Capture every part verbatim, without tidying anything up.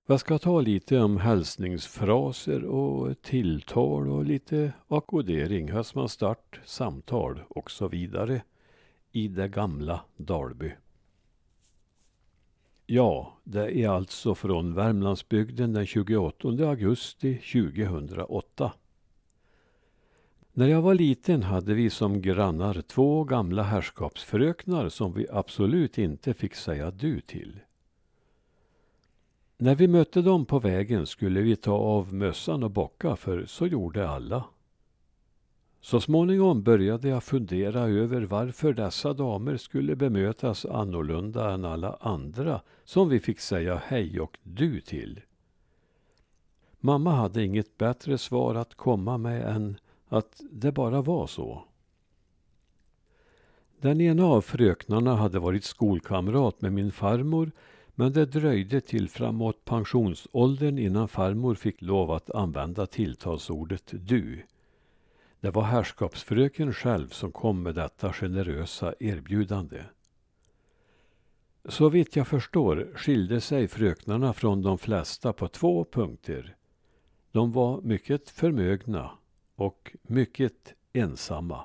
Jag ska ta lite om hälsningsfraser och tilltal och lite akkodering, hörs man start, samtal och så vidare i det gamla Dalby. Ja, det är alltså från Värmlandsbygden den tjugoåttonde augusti tjugohundraåtta. När jag var liten hade vi som grannar två gamla herrskapsfröknar som vi absolut inte fick säga du till. När vi mötte dem på vägen skulle vi ta av mössan och bocka, för så gjorde alla. Så småningom började jag fundera över varför dessa damer skulle bemötas annorlunda än alla andra som vi fick säga hej och du till. Mamma hade inget bättre svar att komma med än att det bara var så. Den ena av fröknarna hade varit skolkamrat med min farmor, men det dröjde till framåt pensionsåldern innan farmor fick lov att använda tilltalsordet du. Det var herrskapsfröken själv som kom med detta generösa erbjudande. Så vitt jag förstår skilde sig fröknarna från de flesta på två punkter. De var mycket förmögna och mycket ensamma.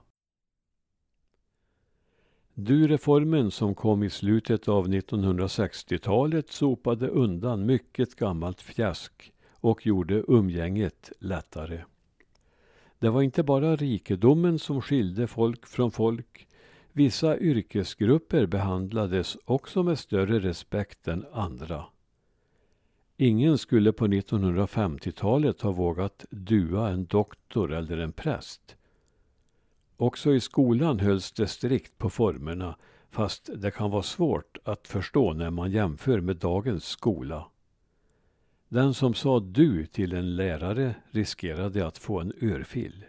Du-reformen som kom i slutet av nittonhundrasextiotalet sopade undan mycket gammalt fjäsk och gjorde umgänget lättare. Det var inte bara rikedomen som skilde folk från folk. Vissa yrkesgrupper behandlades också med större respekt än andra. Ingen skulle på nittonhundrafemtiotalet ha vågat dua en doktor eller en präst. Också i skolan hölls det strikt på formerna, fast det kan vara svårt att förstå när man jämför med dagens skola. Den som sa du till en lärare riskerade att få en örfil.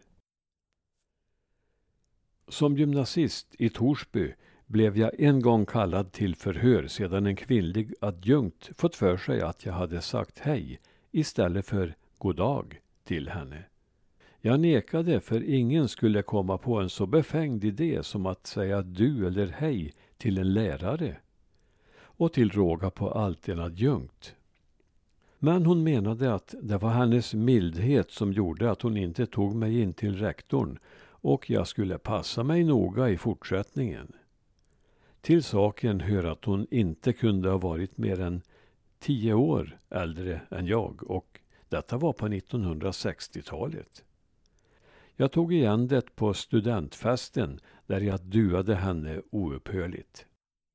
Som gymnasist i Torsby blev jag en gång kallad till förhör sedan en kvinnlig adjunkt fått för sig att jag hade sagt hej istället för god dag till henne. Jag nekade, för ingen skulle komma på en så befängd idé som att säga du eller hej till en lärare. Och till råga på allt en adjunkt. Men hon menade att det var hennes mildhet som gjorde att hon inte tog mig in till rektorn och jag skulle passa mig noga i fortsättningen. Till saken hör att hon inte kunde ha varit mer än tio år äldre än jag, och detta var på nittonhundrasextiotalet. Jag tog igen det på studentfesten där jag duade henne oupphörligt.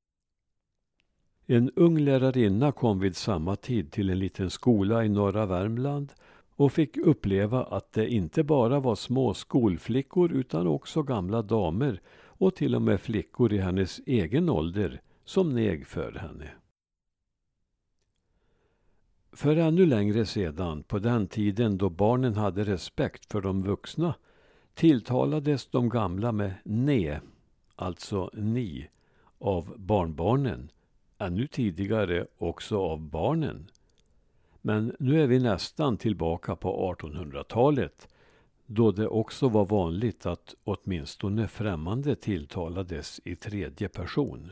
En ung lärarinna kom vid samma tid till en liten skola i norra Värmland och fick uppleva att det inte bara var små skolflickor utan också gamla damer och till och med flickor i hennes egen ålder som neg för henne. För ännu längre sedan, på den tiden då barnen hade respekt för de vuxna, tilltalades de gamla med ne, alltså ni, av barnbarnen, ännu tidigare också av barnen. Men nu är vi nästan tillbaka på artonhundratalet, då det också var vanligt att åtminstone främmande tilltalades i tredje person.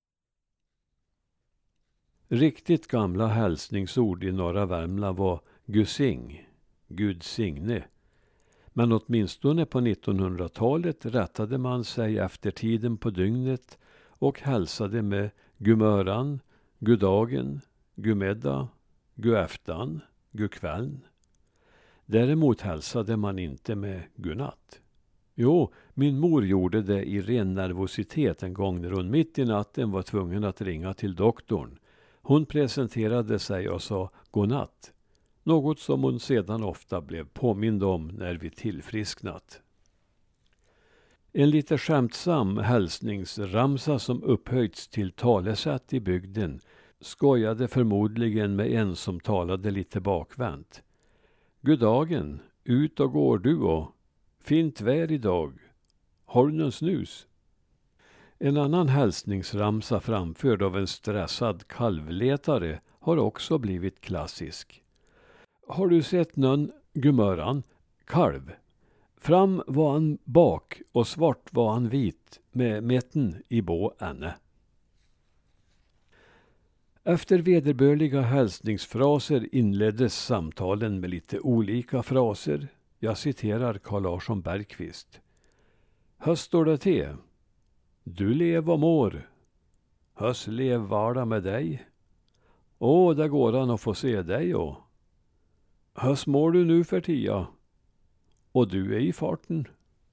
Riktigt gamla hälsningsord i norra Värmland var gusing, Gud signe. Men åtminstone på nittonhundratalet rättade man sig efter tiden på dygnet och hälsade med gumöran, gudagen, gumedda, guäftan, gukväln. Däremot hälsade man inte med gunatt. Jo, min mor gjorde det i ren nervositet en gång när hon mitt i natten var tvungen att ringa till doktorn. Hon presenterade sig och sa godnatt, något som hon sedan ofta blev påmind om när vi tillfrisknat. En lite skämtsam hälsningsramsa som upphöjts till talesätt i bygden skojade förmodligen med en som talade lite bakvänt. Goddagen, ut och går du och fint vär idag. Har du någon snus? En annan hälsningsramsa framförd av en stressad kalvletare har också blivit klassisk. Har du sett någon gumöran? Kalv. Fram var han bak och svart var han vit med metten i bå änne. Efter vederbörliga hälsningsfraser inleddes samtalen med lite olika fraser. Jag citerar Carl Larsson Bergqvist. Höst står det till. Du lev och mår. Höst lev varda med dig. Åh, det går han att få se dig och. Höst mår du nu för tia. Och du är i farten.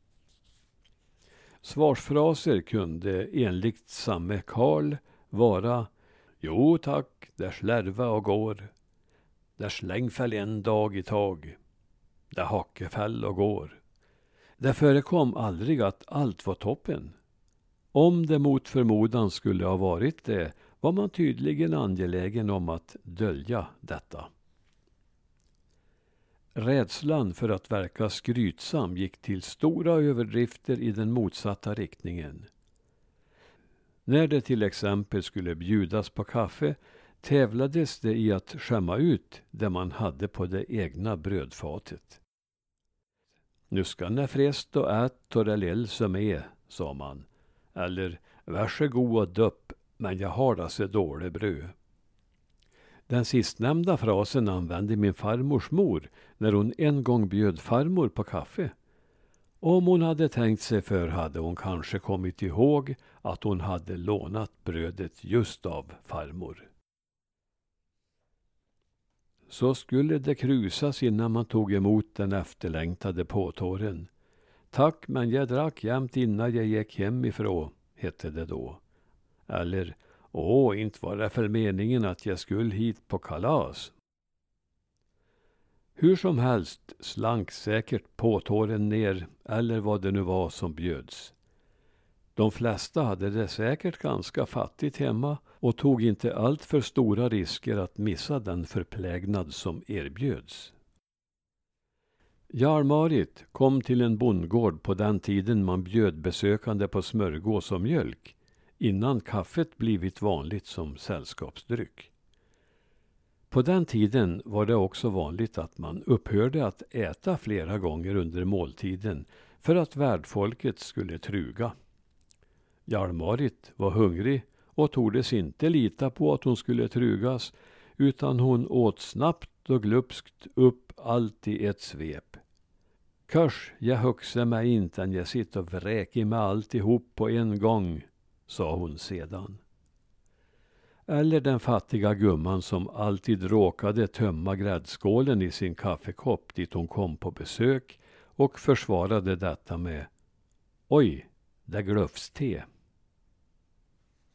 Svarsfraser kunde enligt samme Karl vara: jo tack, där slärva och går. Där slängfäll en dag i tag. Där hackefäll och går. Det förekom aldrig att allt var toppen. Om det mot förmodan skulle ha varit det, var man tydligen angelägen om att dölja detta. Rädslan för att verka skrytsam gick till stora överdrifter i den motsatta riktningen. När det till exempel skulle bjudas på kaffe tävlades det i att skämma ut det man hade på det egna brödfatet. Nu ska ni frest och ät och det lill som är, sa man. Eller, varsågod och döpp, men jag har det så dålig bröd. Den sistnämnda frasen använde min farmors mor när hon en gång bjöd farmor på kaffe. Om hon hade tänkt sig för hade hon kanske kommit ihåg att hon hade lånat brödet just av farmor. Så skulle det krusas innan man tog emot den efterlängtade påtåren. Tack, men jag drack jämt innan jag gick hemifrån, hette det då. Eller, åh, inte var det för meningen att jag skulle hit på kalas. Hur som helst slank säkert påtåren ner, eller vad det nu var som bjöds. De flesta hade det säkert ganska fattigt hemma och tog inte allt för stora risker att missa den förplägnad som erbjöds. Jarl-Marit kom till en bondgård på den tiden man bjöd besökande på smörgås och mjölk, innan kaffet blivit vanligt som sällskapsdryck. På den tiden var det också vanligt att man upphörde att äta flera gånger under måltiden för att värdfolket skulle truga. Jarl-Marit var hungrig och tordes inte lita på att hon skulle trugas, utan hon åt snabbt och glupskt upp allt i ett svep. Kurs, jag huxar mig inte än jag sitter och vräker med allt ihop på en gång, sa hon sedan. Eller den fattiga gumman som alltid råkade tömma gräddskålen i sin kaffekopp dit hon kom på besök och försvarade detta med: oj, det glöfs te.